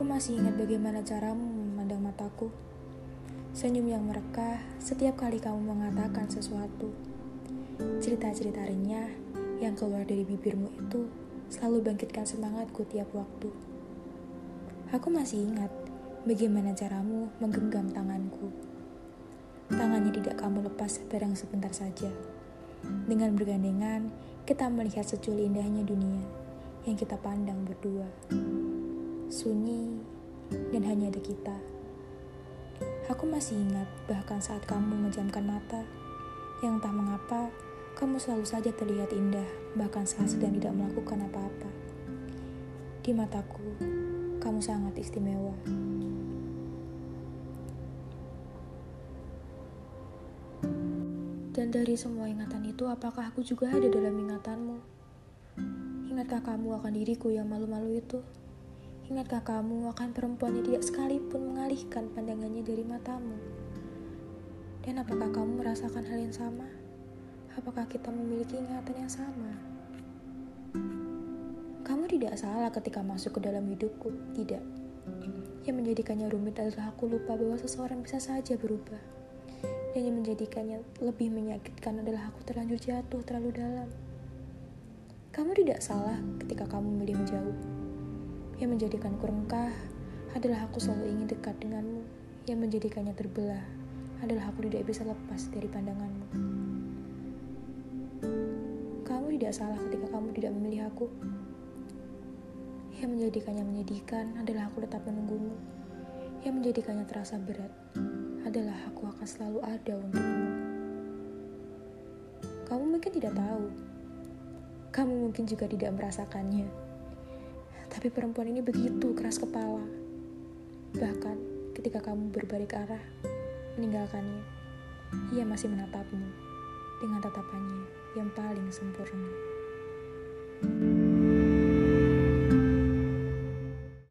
masih ingat bagaimana caramu memandang mataku. Senyum yang merekah setiap kali kamu mengatakan sesuatu. Cerita-cerita renyah yang keluar dari bibirmu itu selalu bangkitkan semangatku tiap waktu. Aku masih ingat bagaimana caramu menggenggam tanganku. Tangannya tidak kamu lepas barang sebentar saja. Dengan bergandengan, kita melihat seculi indahnya dunia yang kita pandang berdua. Sunyi dan hanya ada kita. Aku masih ingat bahkan saat kamu memejamkan mata, yang entah mengapa kamu selalu saja terlihat indah, bahkan saat sedang tidak melakukan apa-apa. Di mataku, kamu sangat istimewa. Dan dari semua ingatan itu, apakah aku juga ada dalam ingatanmu? Ingatkah kamu akan diriku yang malu-malu itu? Ingatkah kamu akan perempuan yang tidak sekalipun mengalihkan pandangannya dari matamu? Dan apakah kamu merasakan hal yang sama? Apakah kita memiliki ingatan yang sama? Kamu tidak salah ketika masuk ke dalam hidupku, tidak. Yang menjadikannya rumit adalah aku lupa bahwa seseorang bisa saja berubah. Dan yang menjadikannya lebih menyakitkan adalah aku terlanjur jatuh terlalu dalam. Kamu tidak salah ketika kamu memilih menjauh. Yang menjadikanku rengkah adalah aku selalu ingin dekat denganmu. Yang menjadikannya terbelah adalah aku tidak bisa lepas dari pandanganmu. Kamu tidak salah ketika kamu tidak memilih aku. Yang menjadikannya menyedihkan adalah aku tetap menunggumu. Yang menjadikannya terasa berat adalah aku akan selalu ada untukmu. Kamu mungkin tidak tahu. Kamu mungkin juga tidak merasakannya. Tapi perempuan ini begitu keras kepala. Bahkan ketika kamu berbalik arah, meninggalkannya, ia masih menatapmu dengan tatapannya yang paling sempurna.